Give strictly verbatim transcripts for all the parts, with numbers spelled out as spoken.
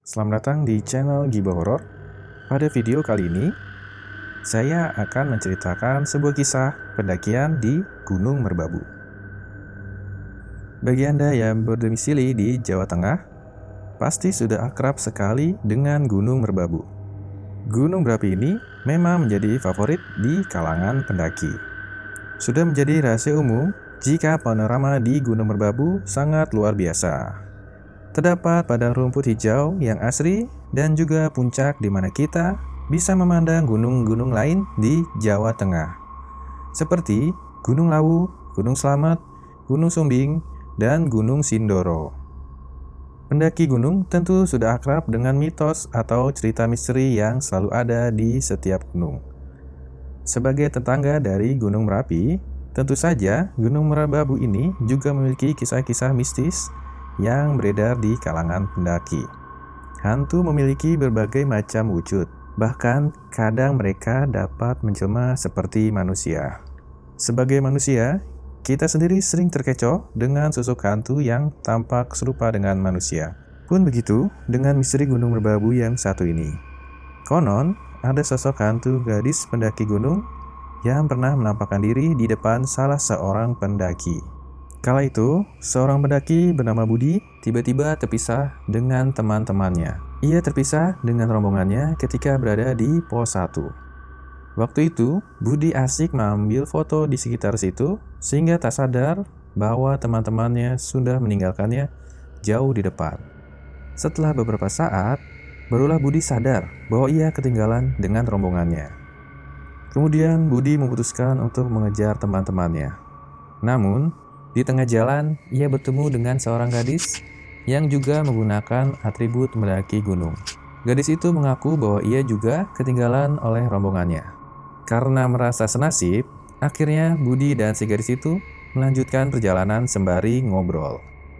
Selamat datang di channel Giba Horor. Pada video kali ini, saya akan menceritakan sebuah kisah pendakian di Gunung Merbabu. Bagi Anda yang berdomisili di Jawa Tengah, pasti sudah akrab sekali dengan Gunung Merbabu. Gunung berapi ini memang menjadi favorit di kalangan pendaki. Sudah menjadi rahasia umum jika panorama di Gunung Merbabu sangat luar biasa. Terdapat padang rumput hijau yang asri dan juga puncak di mana kita bisa memandang gunung-gunung lain di Jawa Tengah, seperti Gunung Lawu, Gunung Slamet, Gunung Sumbing, dan Gunung Sindoro. Pendaki gunung tentu sudah akrab dengan mitos atau cerita misteri yang selalu ada di setiap gunung. Sebagai tetangga dari Gunung Merapi, tentu saja Gunung Merbabu ini juga memiliki kisah-kisah mistis yang beredar di kalangan pendaki. Hantu memiliki berbagai macam wujud, bahkan kadang mereka dapat menjelma seperti manusia. Sebagai manusia, kita sendiri sering terkecoh dengan sosok hantu yang tampak serupa dengan manusia. Pun begitu dengan misteri Gunung Merbabu yang satu ini. Konon, ada sosok hantu gadis pendaki gunung yang pernah menampakkan diri di depan salah seorang pendaki. Kala itu, seorang pendaki bernama Budi tiba-tiba terpisah dengan teman-temannya. Ia terpisah dengan rombongannya ketika berada di pos satu. Waktu itu, Budi asik mengambil foto di sekitar situ sehingga tak sadar bahwa teman-temannya sudah meninggalkannya jauh di depan. Setelah beberapa saat, barulah Budi sadar bahwa ia ketinggalan dengan rombongannya. Kemudian Budi memutuskan untuk mengejar teman-temannya. Namun, di tengah jalan, ia bertemu dengan seorang gadis yang juga menggunakan atribut mendaki gunung. Gadis itu mengaku bahwa ia juga ketinggalan oleh rombongannya. Karena merasa senasib, akhirnya Budi dan si gadis itu melanjutkan perjalanan sembari ngobrol.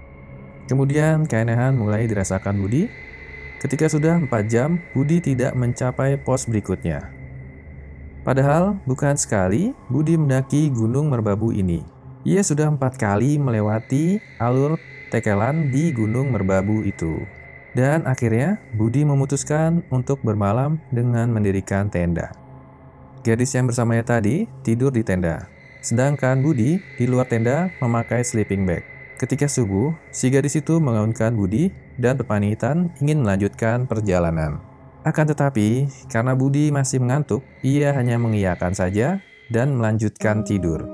Kemudian keanehan mulai dirasakan Budi. Ketika sudah empat jam, Budi tidak mencapai pos berikutnya. Padahal bukan sekali Budi mendaki Gunung Merbabu ini. Ia sudah empat kali melewati alur tekelan di Gunung Merbabu itu. Dan akhirnya Budi memutuskan untuk bermalam dengan mendirikan tenda. Gadis yang bersamanya tadi tidur di tenda, sedangkan Budi di luar tenda memakai sleeping bag. Ketika subuh, si gadis itu mengaunkan Budi dan berpamitan ingin melanjutkan perjalanan. Akan tetapi, karena Budi masih mengantuk, ia hanya mengiyakan saja dan melanjutkan tidur.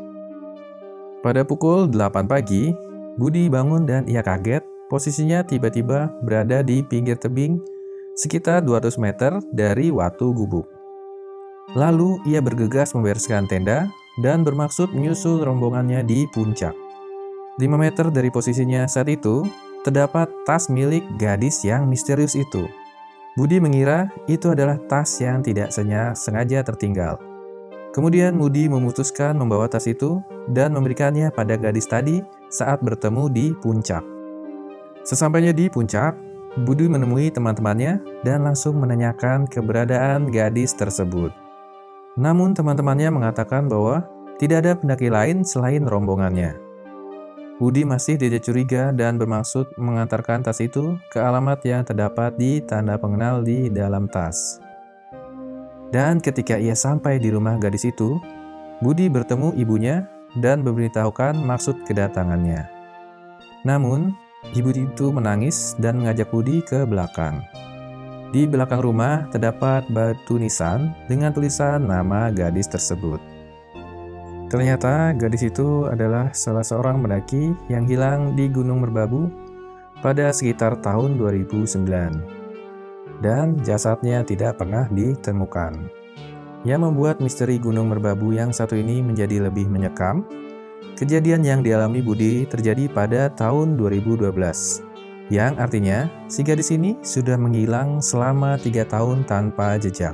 Pada pukul delapan pagi, Budi bangun dan ia kaget. Posisinya tiba-tiba berada di pinggir tebing sekitar dua ratus meter dari Watu Gubuk. Lalu ia bergegas membereskan tenda dan bermaksud menyusul rombongannya di puncak. lima meter dari posisinya saat itu, terdapat tas milik gadis yang misterius itu. Budi mengira itu adalah tas yang tidak sengaja tertinggal. Kemudian Budi memutuskan membawa tas itu dan memberikannya pada gadis tadi saat bertemu di puncak. Sesampainya di puncak, Budi menemui teman-temannya dan langsung menanyakan keberadaan gadis tersebut. Namun teman-temannya mengatakan bahwa tidak ada pendaki lain selain rombongannya. Budi masih tidak curiga dan bermaksud mengantarkan tas itu ke alamat yang terdapat di tanda pengenal di dalam tas. Dan ketika ia sampai di rumah gadis itu, Budi bertemu ibunya dan memberitahukan maksud kedatangannya. Namun, ibu itu menangis dan mengajak Budi ke belakang. Di belakang rumah terdapat batu nisan dengan tulisan nama gadis tersebut. Ternyata gadis itu adalah salah seorang pendaki yang hilang di Gunung Merbabu pada sekitar tahun dua ribu sembilan. Dan jasadnya tidak pernah ditemukan. Yang membuat misteri Gunung Merbabu yang satu ini menjadi lebih menyekam, kejadian yang dialami Budi terjadi pada tahun dua ribu dua belas, yang artinya si gadis ini sudah menghilang selama tiga tahun tanpa jejak.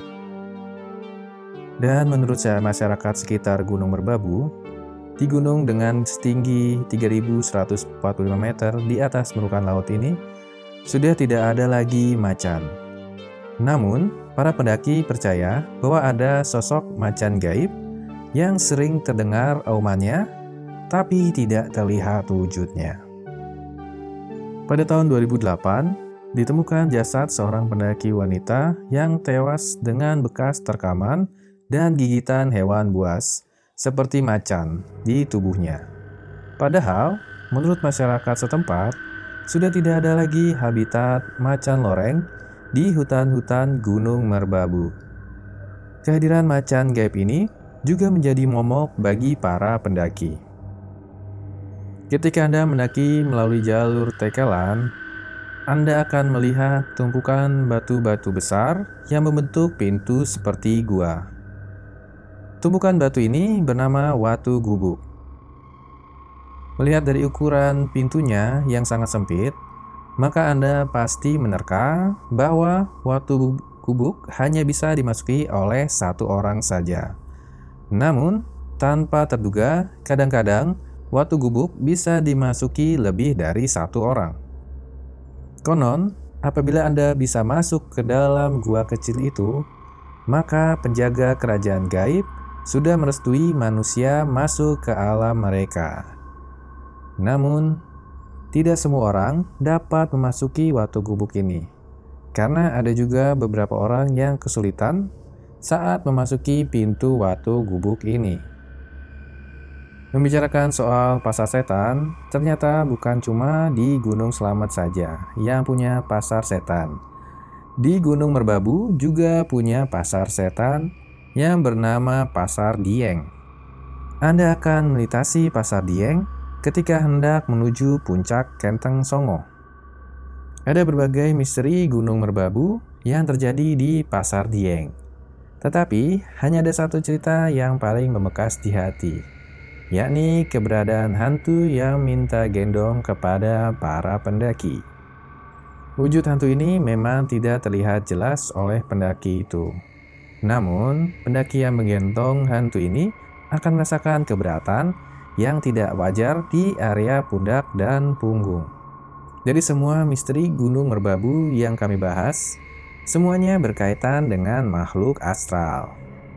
Dan menurut masyarakat sekitar Gunung Merbabu, di gunung dengan setinggi tiga ribu seratus empat puluh lima meter di atas permukaan laut ini, sudah tidak ada lagi macan. Namun, para pendaki percaya bahwa ada sosok macan gaib yang sering terdengar aumannya, tapi tidak terlihat wujudnya. Pada tahun dua ribu delapan, ditemukan jasad seorang pendaki wanita yang tewas dengan bekas terkaman dan gigitan hewan buas seperti macan di tubuhnya. Padahal, menurut masyarakat setempat, sudah tidak ada lagi habitat macan loreng di hutan-hutan Gunung Merbabu. Kehadiran macan gaib ini juga menjadi momok bagi para pendaki. Ketika Anda mendaki melalui jalur Tekelan, Anda akan melihat tumpukan batu-batu besar yang membentuk pintu seperti gua. Tumpukan batu ini bernama Watu Gubuk. Melihat dari ukuran pintunya yang sangat sempit, maka Anda pasti menerka bahwa Watu Gubuk hanya bisa dimasuki oleh satu orang saja. Namun, tanpa terduga, kadang-kadang Watu Gubuk bisa dimasuki lebih dari satu orang. Konon, apabila Anda bisa masuk ke dalam gua kecil itu, maka penjaga kerajaan gaib sudah merestui manusia masuk ke alam mereka. Namun, tidak semua orang dapat memasuki Watu Gubuk ini, karena ada juga beberapa orang yang kesulitan saat memasuki pintu Watu Gubuk ini. Membicarakan soal pasar setan, ternyata bukan cuma di Gunung Slamet saja yang punya pasar setan. Di Gunung Merbabu juga punya pasar setan yang bernama Pasar Dieng. Anda akan melintasi Pasar Dieng ketika hendak menuju puncak Kenteng Songo. Ada berbagai misteri Gunung Merbabu yang terjadi di Pasar Dieng. Tetapi hanya ada satu cerita yang paling membekas di hati, yakni keberadaan hantu yang minta gendong kepada para pendaki. Wujud hantu ini memang tidak terlihat jelas oleh pendaki itu. Namun, pendaki yang menggendong hantu ini akan merasakan keberatan yang tidak wajar di area pundak dan punggung. Dari semua misteri Gunung Merbabu yang kami bahas, semuanya berkaitan dengan makhluk astral.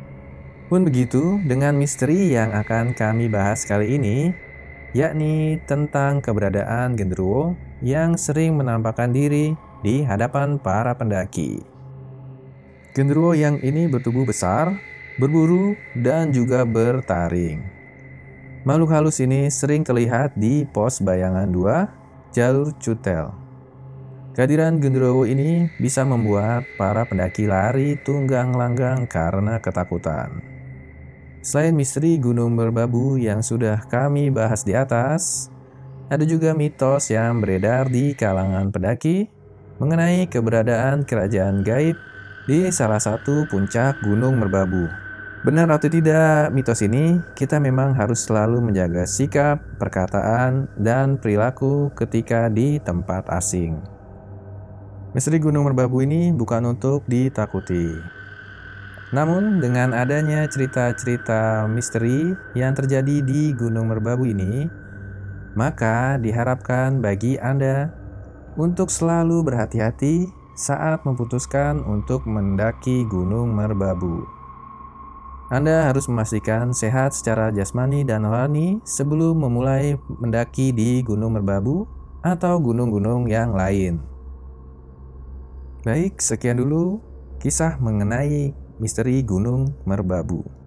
Pun begitu dengan misteri yang akan kami bahas kali ini, yakni tentang keberadaan genderuwo yang sering menampakkan diri di hadapan para pendaki. Genderuwo yang ini bertubuh besar, berburu, dan juga bertaring. Makhluk halus ini sering terlihat di pos bayangan dua, jalur Cutel. Kehadiran genderuwo ini bisa membuat para pendaki lari tunggang langgang karena ketakutan. Selain misteri Gunung Merbabu yang sudah kami bahas di atas, ada juga mitos yang beredar di kalangan pendaki mengenai keberadaan kerajaan gaib di salah satu puncak Gunung Merbabu. Benar atau tidak mitos ini, kita memang harus selalu menjaga sikap, perkataan, dan perilaku ketika di tempat asing. Misteri Gunung Merbabu ini bukan untuk ditakuti. Namun, dengan adanya cerita-cerita misteri yang terjadi di Gunung Merbabu ini, maka diharapkan bagi Anda untuk selalu berhati-hati saat memutuskan untuk mendaki Gunung Merbabu. Anda harus memastikan sehat secara jasmani dan rohani sebelum memulai mendaki di Gunung Merbabu atau gunung-gunung yang lain. Baik, sekian dulu kisah mengenai misteri Gunung Merbabu.